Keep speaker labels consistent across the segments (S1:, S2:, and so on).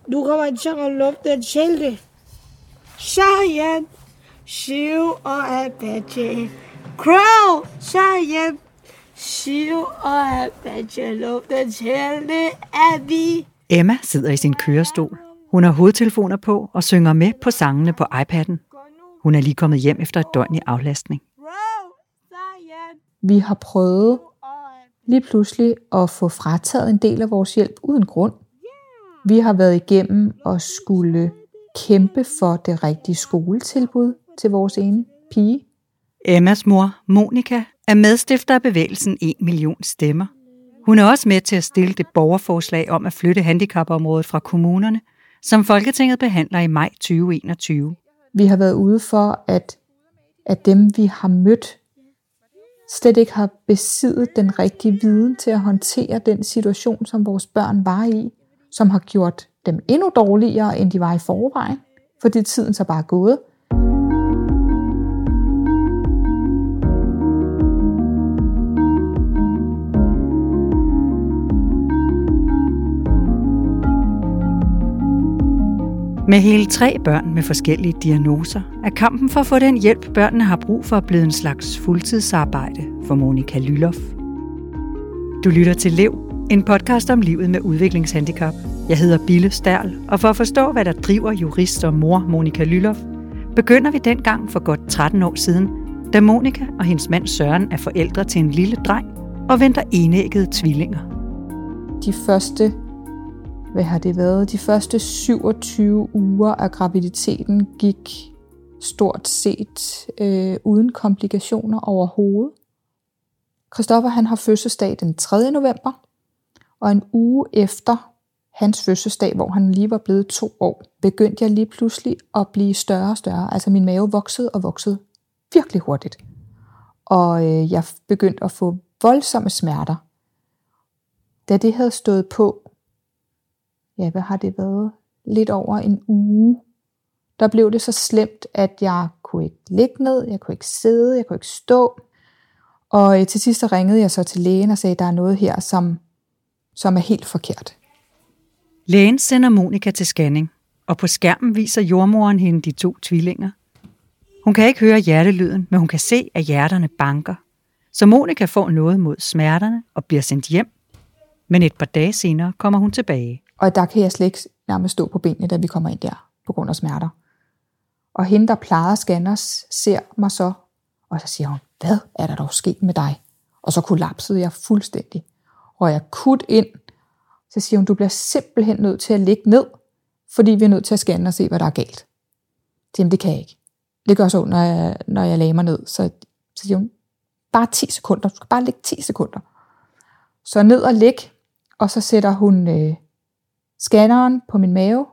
S1: Nu kommer en til at lufte til det. Cheyenne, Shiv og Apache. Crow, Cheyenne, Shiv og Apache. Lufte til det, Abby.
S2: Emma sidder i sin kørestol. Hun har hovedtelefoner på og synger med på sangene på iPad'en. Hun er lige kommet hjem efter et døgn i aflastning.
S3: Vi har prøvet lige pludselig at få frataget en del af vores hjælp uden grund. Vi har været igennem og skulle kæmpe for det rigtige skoletilbud til vores ene pige.
S2: Emmas mor, Monika, er medstifter af bevægelsen 1 million stemmer. Hun er også med til at stille det borgerforslag om at flytte handicapområdet fra kommunerne, som Folketinget behandler i maj 2021.
S3: Vi har været ude for, at dem, vi har mødt, slet ikke har besiddet den rigtige viden til at håndtere den situation, som vores børn var i, som har gjort dem endnu dårligere, end de var i forvejen, fordi tiden så bare er gået.
S2: Med hele 3 børn med forskellige diagnoser er kampen for at få den hjælp, børnene har brug for, blevet en slags fuldtidsarbejde for Monika Lylloff. Du lytter til Lev, en podcast om livet med udviklingshandicap. Jeg hedder Bille Stærl, og for at forstå, hvad der driver jurist og mor Monika Lylloff, begynder vi dengang for godt 13 år siden, da Monika og hendes mand Søren er forældre til en lille dreng og venter enæggede tvillinger.
S3: De første 27 uger af graviditeten gik stort set uden komplikationer overhovedet. Christoffer han har fødselsdag den 3. november, og en uge efter hans fødselsdag, hvor han lige var blevet 2 år, begyndte jeg lige pludselig at blive større og større. Altså min mave voksede og voksede virkelig hurtigt. Og jeg begyndte at få voldsomme smerter. Da det havde stået på, hvad har det været? Lidt over en uge. Der blev det så slemt, at jeg kunne ikke ligge ned, jeg kunne ikke sidde, jeg kunne ikke stå. Og til sidst ringede jeg så til lægen og sagde, at der er noget her, som er helt forkert.
S2: Lægen sender Monika til scanning, og på skærmen viser jordmoren hende de 2 tvillinger. Hun kan ikke høre hjertelyden, men hun kan se, at hjerterne banker. Så Monika får noget mod smerterne og bliver sendt hjem. Men et par dage senere kommer hun tilbage.
S3: Og der kan jeg slet ikke nærmest stå på benene, da vi kommer ind der, på grund af smerter. Og hende, der plejede scanners, ser mig så, og så siger hun, hvad er der dog sket med dig? Og så kollapsede jeg fuldstændig. Og jeg kutte ind, så siger hun, du bliver simpelthen nødt til at ligge ned, fordi vi er nødt til at scanne og se, hvad der er galt. Jamen, det kan jeg ikke. Det gør så ondt, når jeg lagde mig ned. Så siger hun, bare 10 sekunder. Du skal bare ligge 10 sekunder. Så ned og ligge, og så sætter hun scanneren på min mave,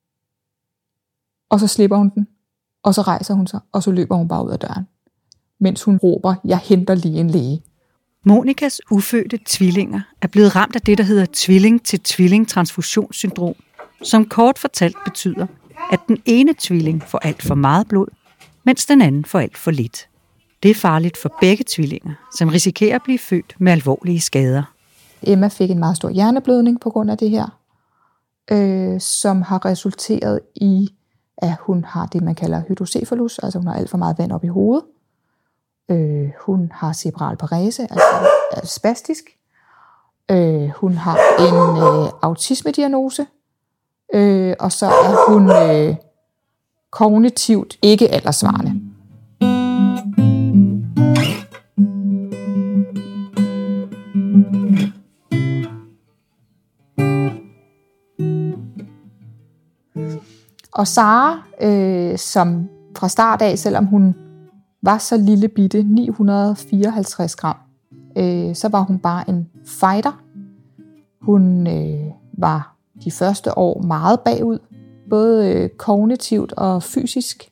S3: og så slipper hun den, og så rejser hun sig, og så løber hun bare ud af døren, mens hun råber, jeg henter lige en læge.
S2: Monikas ufødte tvillinger er blevet ramt af det, der hedder tvilling-til-tvilling-transfusionssyndrom, som kort fortalt betyder, at den ene tvilling får alt for meget blod, mens den anden får alt for lidt. Det er farligt for begge tvillinger, som risikerer at blive født med alvorlige skader.
S3: Emma fik en meget stor hjerneblødning på grund af det her, som har resulteret i, at hun har det, man kalder hydrocephalus, altså hun har alt for meget vand op i hovedet. Hun har cerebral parese, altså spastisk. Hun har en autismediagnose, og så er hun kognitivt ikke alderssvarende. Og Sara, som fra start af, selvom hun var så lille bitte, 954 gram, så var hun bare en fighter. Hun var de første år meget bagud, både kognitivt og fysisk.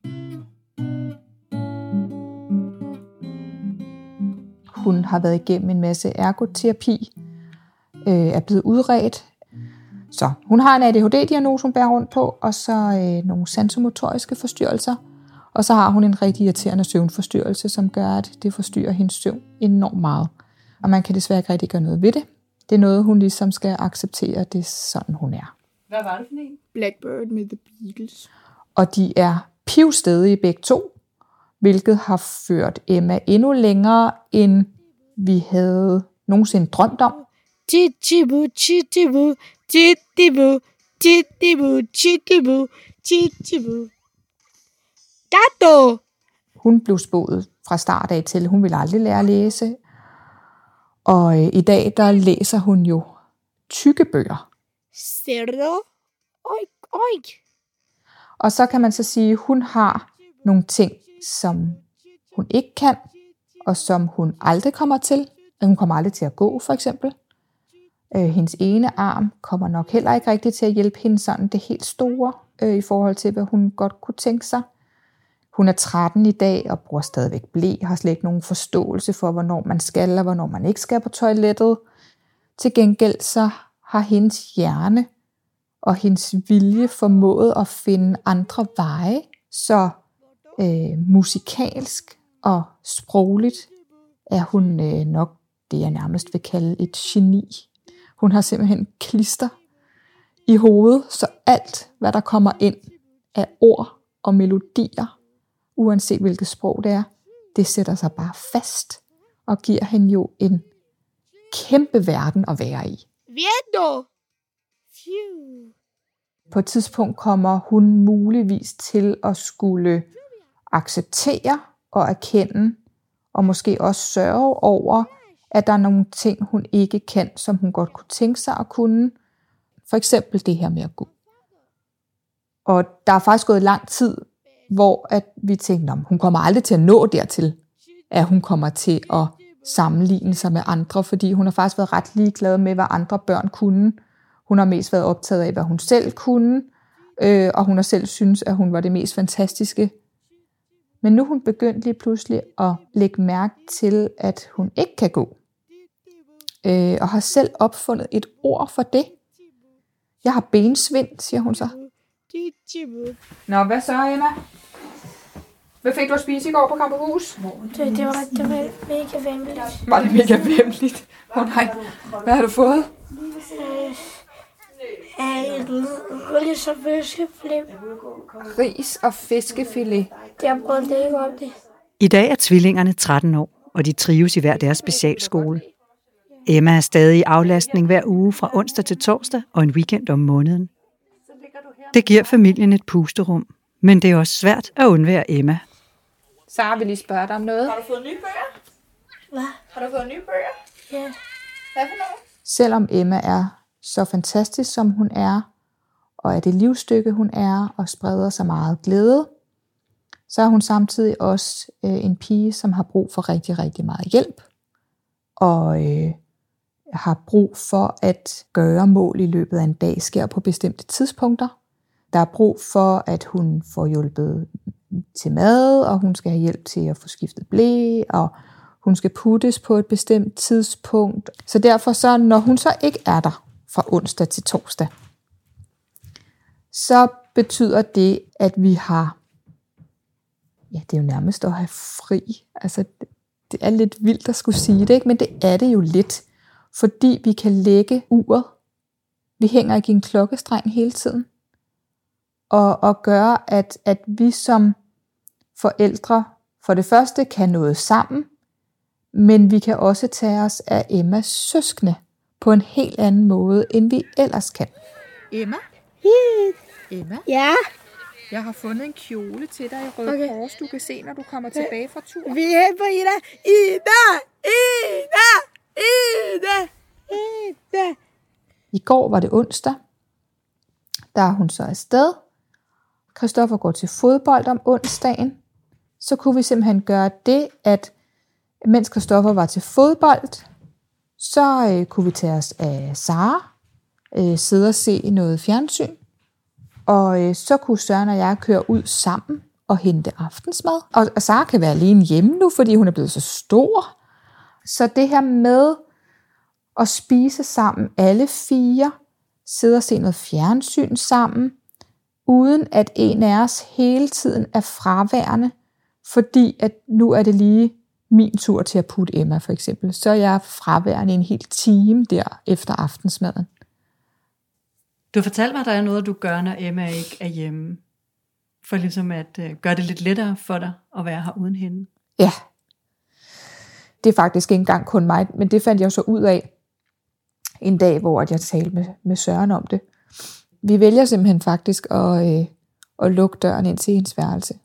S3: Hun har været igennem en masse ergoterapi, er blevet udredt. Så hun har en ADHD-diagnose, hun bærer rundt på, og så nogle sansomotoriske forstyrrelser. Og så har hun en rigtig irriterende søvnforstyrrelse, som gør, at det forstyrrer hendes søvn enormt meget. Og man kan desværre ikke rigtig gøre noget ved det. Det er noget, hun ligesom skal acceptere, det er sådan, hun er.
S2: Hvad var det for en?
S1: Blackbird med The Beatles.
S3: Og de er pivstedige begge to, hvilket har ført Emma endnu længere, end vi havde nogensinde drømt om.
S1: Titibu, titibu, titibu, titibu, titibu, titibu. Dato!
S3: Hun blev spået fra start af til, hun ville aldrig lære at læse. Og i dag, der læser hun jo tykke bøger.
S1: Cerdo. Oik, oik.
S3: Og så kan man så sige, at hun har nogle ting, som hun ikke kan, og som hun aldrig kommer til. Hun kommer aldrig til at gå, for eksempel. Hendes ene arm kommer nok heller ikke rigtig til at hjælpe hende sådan det helt store, i forhold til, hvad hun godt kunne tænke sig. Hun er 13 i dag og bruger stadigvæk ble, har slet ikke nogen forståelse for, hvornår man skal og hvornår man ikke skal på toilettet. Til gengæld så har hendes hjerne og hendes vilje formået at finde andre veje, så musikalsk og sprogligt er hun nok det, jeg nærmest vil kalde et geni. Hun har simpelthen klister i hovedet, så alt, hvad der kommer ind af ord og melodier, uanset hvilket sprog det er, det sætter sig bare fast og giver hende jo en kæmpe verden at være i.
S1: Viendo.
S3: På et tidspunkt kommer hun muligvis til at skulle acceptere og erkende, og måske også sørge over, at der er nogle ting, hun ikke kan, som hun godt kunne tænke sig at kunne. For eksempel det her med at gå. Og der er faktisk gået lang tid, hvor at vi tænkte, hun kommer aldrig til at nå dertil, at hun kommer til at sammenligne sig med andre, fordi hun har faktisk været ret ligeglad med, hvad andre børn kunne. Hun har mest været optaget af, hvad hun selv kunne, og hun har selv syntes, at hun var det mest fantastiske. Men nu er hun begyndt lige pludselig at lægge mærke til, at hun ikke kan gå. Og har selv opfundet et ord for det. Jeg har bensvind, siger hun så. Nå, hvad så, Emma? Hvad fik du at spise i går på Campus?
S1: Det var mega vemmeligt.
S3: Var det mega vemmeligt? Nej. Hvad har du fået?
S1: Ris og fiskefilet.
S3: Ris og fiskefilet.
S1: Jeg prøvede ikke om det.
S2: I dag er tvillingerne 13 år, og de trives i hver deres specialskole. Emma er stadig i aflastning hver uge fra onsdag til torsdag og en weekend om måneden. Det giver familien et pusterum, men det er også svært at undvære Emma.
S3: Sara vil lige spørge dig om noget.
S4: Har du fået nye bøger?
S1: Hvad?
S4: Har du fået nye bøger?
S1: Ja.
S4: Hvad for noget?
S3: Selvom Emma er så fantastisk, som hun er, og er det livsstykke, hun er, og spreder så meget glæde, så er hun samtidig også en pige, som har brug for rigtig, rigtig meget hjælp, og har brug for at gøre mål i løbet af en dag, sker på bestemte tidspunkter. Der er brug for, at hun får hjulpet til mad, og hun skal have hjælp til at få skiftet ble, og hun skal puttes på et bestemt tidspunkt. Så derfor, så, når hun så ikke er der fra onsdag til torsdag, så betyder det, at vi har, ja, det er jo nærmest at have fri. Altså, det er lidt vildt at skulle sige det, ikke? Men det er det jo lidt, fordi vi kan lægge uret. Vi hænger ikke i en klokkestreng hele tiden. Og gøre, at vi som forældre for det første kan noget sammen, men vi kan også tage os af Emmas søskende på en helt anden måde, end vi ellers kan. Emma? Emma?
S1: Ja?
S3: Jeg har fundet en kjole til dig i Røde Kors, du kan se, når du kommer tilbage fra tur.
S1: Vi er på Ida.
S3: I går var det onsdag. Der er hun så afsted. Christoffer går til fodbold om onsdagen. Så kunne vi simpelthen gøre det, at mens Christoffer var til fodbold, så kunne vi tage os af Sara, sidde og se noget fjernsyn. Og så kunne Søren og jeg køre ud sammen og hente aftensmad. Og Sara kan være alene hjemme nu, fordi hun er blevet så stor. Så det her med at spise sammen, alle fire, sidde og se noget fjernsyn sammen, uden at en af os hele tiden er fraværende, fordi at nu er det lige min tur til at putte Emma for eksempel. Så er jeg fraværende en hel time der efter aftensmaden.
S2: Du fortalte mig, at der er noget, du gør, når Emma ikke er hjemme, for ligesom at gøre det lidt lettere for dig at være her uden hende.
S3: Ja, det er faktisk ikke engang kun mig, men det fandt jeg så ud af en dag, hvor jeg talte med Søren om det. Vi vælger simpelthen faktisk at lukke døren ind til hendes værelse.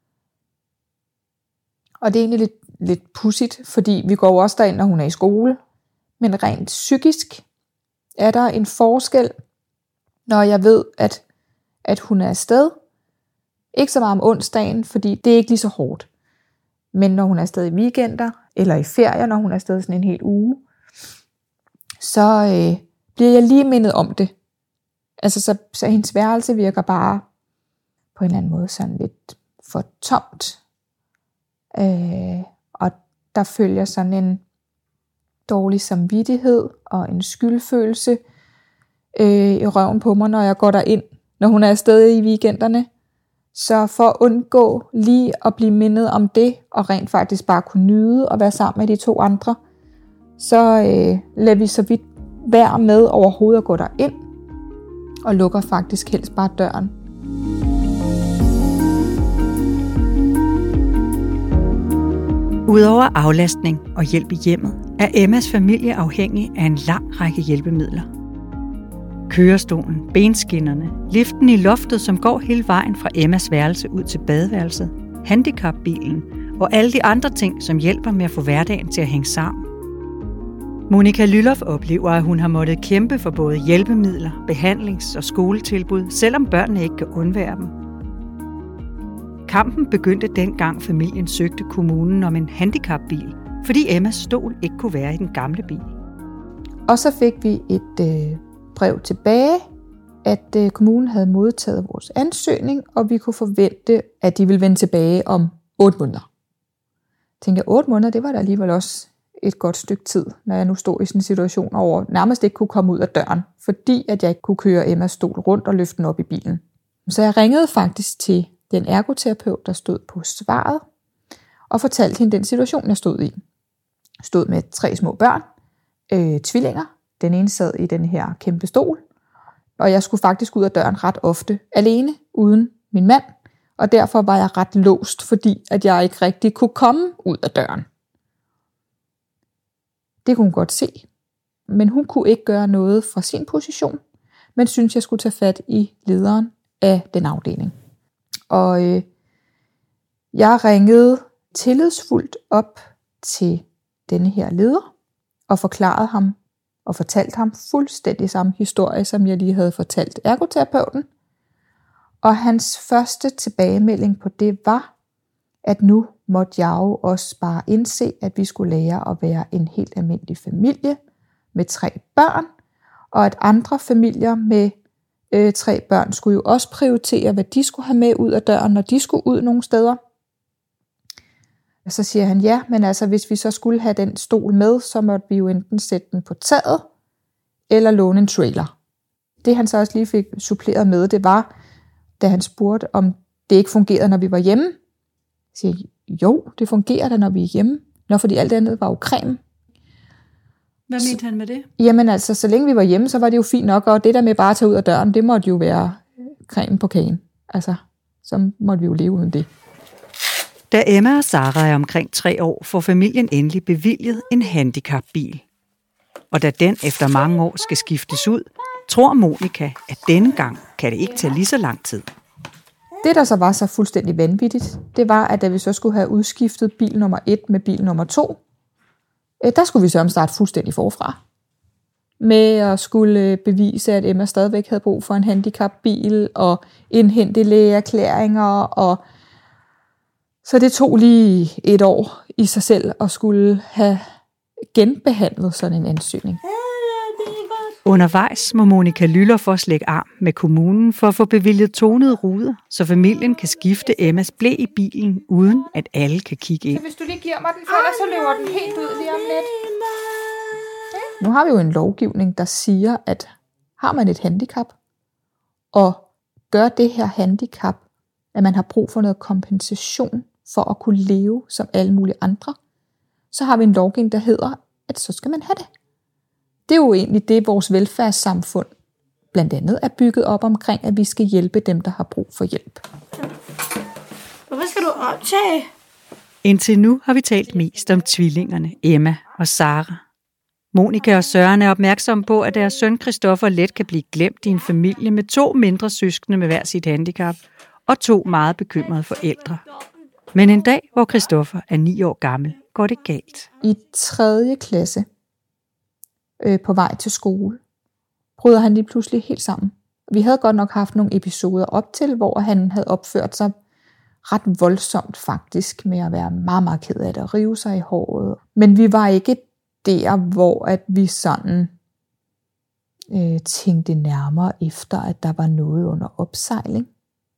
S3: Og det er egentlig lidt pudsigt, fordi vi går også derind, når hun er i skole. Men rent psykisk er der en forskel, når jeg ved, at hun er afsted. Ikke så meget om onsdagen, fordi det er ikke lige så hårdt. Men når hun er afsted i weekender, eller i ferier, når hun er afsted sådan en hel uge, så bliver jeg lige mindet om det. Altså, så hendes værelse virker bare på en eller anden måde sådan lidt for tomt. Og der følger sådan en dårlig samvittighed og en skyldfølelse i røven på mig, når jeg går derind, når hun er afsted i weekenderne. Så for at undgå lige at blive mindet om det, og rent faktisk bare kunne nyde at være sammen med de 2 andre, så lader vi så vidt være med overhovedet at gå derind, og lukker faktisk helst bare døren.
S2: Udover aflastning og hjælp i hjemmet, er Emmas familie afhængig af en lang række hjælpemidler. Kørestolen, benskinnerne, liften i loftet, som går hele vejen fra Emmas værelse ud til badeværelset, handicapbilen og alle de andre ting, som hjælper med at få hverdagen til at hænge sammen. Monica Lylloff oplever, at hun har måttet kæmpe for både hjælpemidler, behandlings- og skoletilbud, selvom børnene ikke kan undvære dem. Kampen begyndte dengang familien søgte kommunen om en handicapbil, fordi Emmas stol ikke kunne være i den gamle bil.
S3: Og så fik vi et brev tilbage, at kommunen havde modtaget vores ansøgning, og vi kunne forvente, at de ville vende tilbage om 8 måneder. Jeg tænkte, 8 måneder, det var da alligevel også et godt stykke tid, når jeg nu stod i sådan en situation over nærmest ikke kunne komme ud af døren, fordi at jeg ikke kunne køre Emmas stol rundt og løfte den op i bilen. Så jeg ringede faktisk til den ergoterapeut, der stod på svaret, og fortalte hende den situation, jeg stod i. Jeg stod med 3 små børn, tvillinger. Den ene sad i den her kæmpe stol, og jeg skulle faktisk ud af døren ret ofte, alene, uden min mand, og derfor var jeg ret låst, fordi at jeg ikke rigtig kunne komme ud af døren. Det kunne hun godt se, men hun kunne ikke gøre noget fra sin position, men syntes, jeg skulle tage fat i lederen af den afdeling. Og jeg ringede tillidsfuldt op til denne her leder, og forklarede ham, og fortalte ham fuldstændig samme historie, som jeg lige havde fortalt ergoterapeuten. Og hans første tilbagemelding på det var, at nu måtte jeg jo også bare indse, at vi skulle lære at være en helt almindelig familie med 3 børn, og at andre familier med 3 børn skulle jo også prioritere, hvad de skulle have med ud af døren, når de skulle ud nogle steder. Og så siger han, ja, men altså hvis vi så skulle have den stol med, så måtte vi jo enten sætte den på taget, eller låne en trailer. Det han så også lige fik suppleret med, det var, da han spurgte, om det ikke fungerede, når vi var hjemme. Så siger jeg, jo, det fungerer da, når vi er hjemme. Nå, fordi alt andet var jo creme.
S2: Hvad mente han med det?
S3: Jamen altså, så længe vi var hjemme, så var det jo fint nok, og det der med bare at tage ud af døren, det måtte jo være creme på kagen. Altså, så måtte vi jo leve uden det.
S2: Da Emma og Sara er omkring 3 år, får familien endelig bevilget en handicapbil. Og da den efter mange år skal skiftes ud, tror Monica, at denne gang kan det ikke tage lige så lang tid.
S3: Det, der så var så fuldstændig vanvittigt, det var, at da vi så skulle have udskiftet bil nummer 1 med bil nummer 2, der skulle vi så starte fuldstændig forfra. Med at skulle bevise, at Emma stadigvæk havde brug for en handicapbil, og indhente lægeerklæringer, og så det tog lige 1 år i sig selv at skulle have genbehandlet sådan en ansøgning.
S2: Undervejs må Monica Lylloff også lægge arm med kommunen for at få bevilget tonede ruder, så familien kan skifte Emmas ble i bilen, uden at alle kan kigge ind.
S4: Så hvis du lige giver mig den, for ellers så løber den helt ud lige om lidt.
S3: Nu har vi jo en lovgivning, der siger, at har man et handicap, og gør det her handicap, at man har brug for noget kompensation for at kunne leve som alle mulige andre, så har vi en lovgivning, der hedder, at så skal man have det. Det er jo egentlig det, vores velfærdssamfund blandt andet er bygget op omkring, at vi skal hjælpe dem, der har brug for hjælp.
S1: Hvorfor skal du optage?
S2: Indtil nu har vi talt mest om tvillingerne Emma og Sara. Monika og Søren er opmærksomme på, at deres søn Christoffer let kan blive glemt i en familie med 2 mindre søskende med hver sit handicap og 2 meget bekymrede forældre. Men en dag, hvor Christoffer er 9 år gammel, går det galt.
S3: I 3. klasse på vej til skole bryder han lige pludselig helt sammen. Vi havde godt nok haft nogle episoder op til, hvor han havde opført sig ret voldsomt faktisk, med at være meget, meget ked af det og rive sig i håret. Men vi var ikke der, hvor at vi sådan tænkte nærmere efter, at der var noget under opsejling.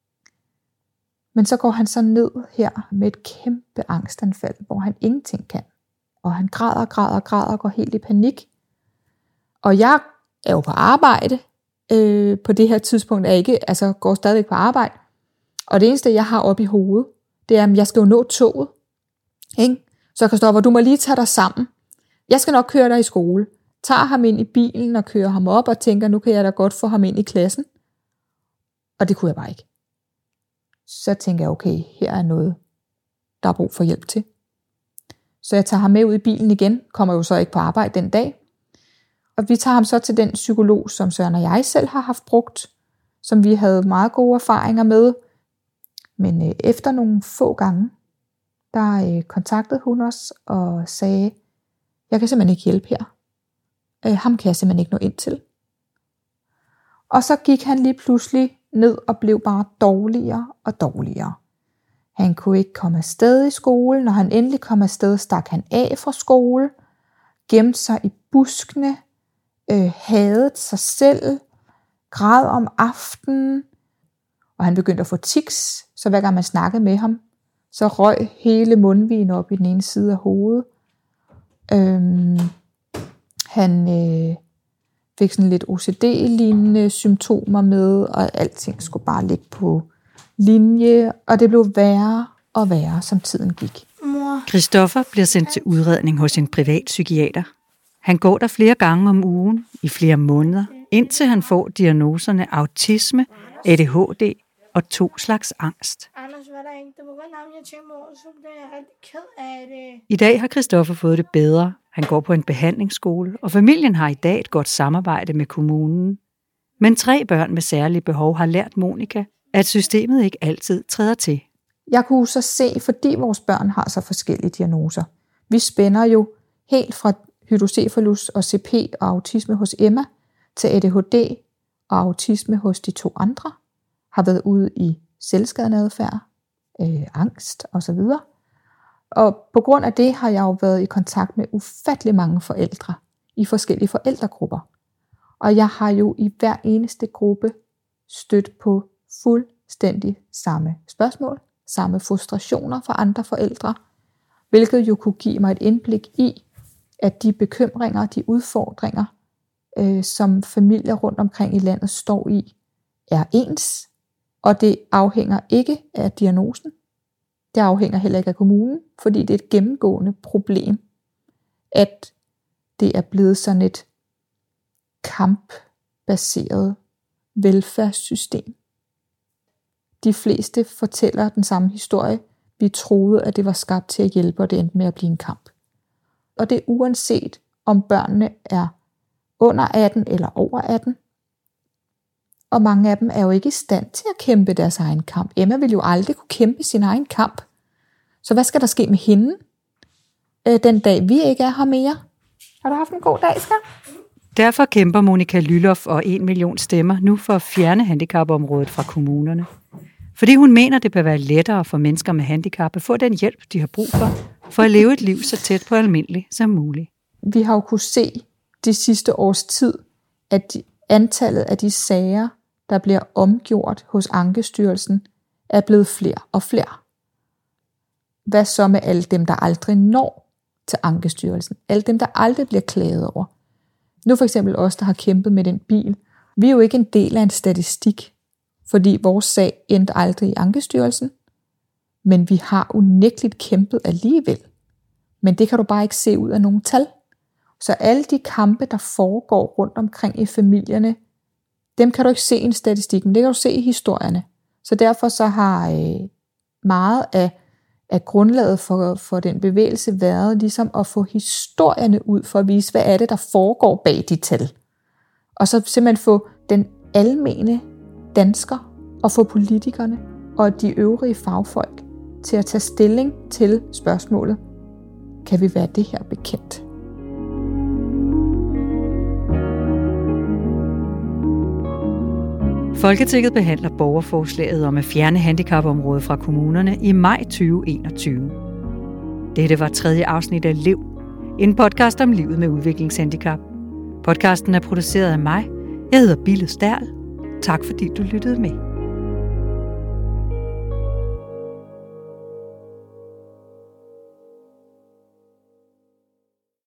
S3: Men så går han så ned her med et kæmpe angstanfald, hvor han ingenting kan. Og han græder og går helt i panik. Og jeg er jo på arbejde. På det her tidspunkt er jeg ikke, går stadigvæk på arbejde. Og det eneste, jeg har oppe i hovedet, det er, at jeg skal jo nå toget. Ikke? Så Christoffer, du må lige tage dig sammen. Jeg skal nok køre dig i skole. Tager ham ind i bilen og kører ham op og tænker, nu kan jeg da godt få ham ind i klassen. Og det kunne jeg bare ikke. Så tænker jeg, okay, her er noget, der er brug for hjælp til. Så jeg tager ham med ud i bilen igen, kommer jo så ikke på arbejde den dag. Og vi tager ham så til den psykolog, som Søren og jeg selv har haft brugt, som vi havde meget gode erfaringer med. Men efter nogle få gange, der kontaktede hun os og sagde, jeg kan simpelthen ikke hjælpe her. Ham kan jeg simpelthen ikke nå ind til. Og så gik han lige pludselig ned og blev bare dårligere og dårligere. Han kunne ikke komme afsted i skole. Når han endelig kom afsted, stak han af fra skole, gemte sig i buskene, hadede sig selv, græd om aftenen, og han begyndte at få tics, så hver gang man snakkede med ham, så røg hele mundvigen op i den ene side af hovedet. Han fik sådan lidt OCD-lignende symptomer med, og alting skulle bare ligge på linje, og det blev værre og værre, som tiden gik.
S2: Christoffer bliver sendt til udredning hos en privat psykiater. Han går der flere gange om ugen i flere måneder, indtil han får diagnoserne autisme, ADHD og 2 slags angst.
S1: Anders, hvad der ikke? Det var godt navn, jeg tænkte mig over, så blev jeg rigtig ked af det.
S2: I dag har Christoffer fået det bedre. Han går på en behandlingsskole, og familien har i dag et godt samarbejde med kommunen. Men 3 børn med særlige behov har lært Monika, at systemet ikke altid træder til.
S3: Jeg kunne så se, fordi vores børn har så forskellige diagnoser. Vi spænder jo helt fra hydrocephalus og CP og autisme hos Emma til ADHD og autisme hos de 2 andre. Har været ude i selvskadende adfærd, angst osv. Og på grund af det har jeg jo været i kontakt med ufattelig mange forældre i forskellige forældregrupper. Og jeg har jo i hver eneste gruppe stødt på fuldstændig samme spørgsmål, samme frustrationer fra andre forældre, hvilket jo kunne give mig et indblik i, at de bekymringer, de udfordringer, som familier rundt omkring i landet står i, er ens. Og det afhænger ikke af diagnosen. Det afhænger heller ikke af kommunen, fordi det er et gennemgående problem, at det er blevet sådan et kampbaseret velfærdssystem. De fleste fortæller den samme historie. Vi troede, at det var skabt til at hjælpe, og det endte med at blive en kamp. Og det er uanset, om børnene er under 18 eller over 18. Og mange af dem er jo ikke i stand til at kæmpe deres egen kamp. Emma vil jo aldrig kunne kæmpe sin egen kamp. Så hvad skal der ske med hende, den dag vi ikke er her mere? Har du haft en god dag, Skar?
S2: Derfor kæmper Monika Lylloff og 1 million stemmer nu for at fjerne handicapområdet fra kommunerne. Fordi hun mener, det bør være lettere for mennesker med handicap at få den hjælp, de har brug for at leve et liv så tæt på almindelig som muligt.
S3: Vi har jo kunnet se de sidste års tid, at antallet af de sager, der bliver omgjort hos Ankestyrelsen, er blevet flere og flere. Hvad så med alle dem, der aldrig når til Ankestyrelsen? Alle dem, der aldrig bliver klaget over? Nu for eksempel os, der har kæmpet med den bil. Vi er jo ikke en del af en statistik, fordi vores sag endte aldrig i Ankestyrelsen. Men vi har unægteligt kæmpet alligevel. Men det kan du bare ikke se ud af nogle tal. Så alle de kampe, der foregår rundt omkring i familierne, dem kan du ikke se i en statistik, men det kan du se i historierne. Så derfor så har meget af grundlaget for den bevægelse været ligesom at få historierne ud for at vise, hvad er det, der foregår bag de tal. Og så simpelthen få den almene dansker og få politikerne og de øvrige fagfolk til at tage stilling til spørgsmålet, kan vi være det her bekendt?
S2: Folketinget behandler borgerforslaget om at fjerne handicapområdet fra kommunerne i maj 2021. Dette var 3. afsnit af Lev, en podcast om livet med udviklingshandicap. Podcasten er produceret af mig. Jeg hedder Bille Stærl. Tak fordi du lyttede med.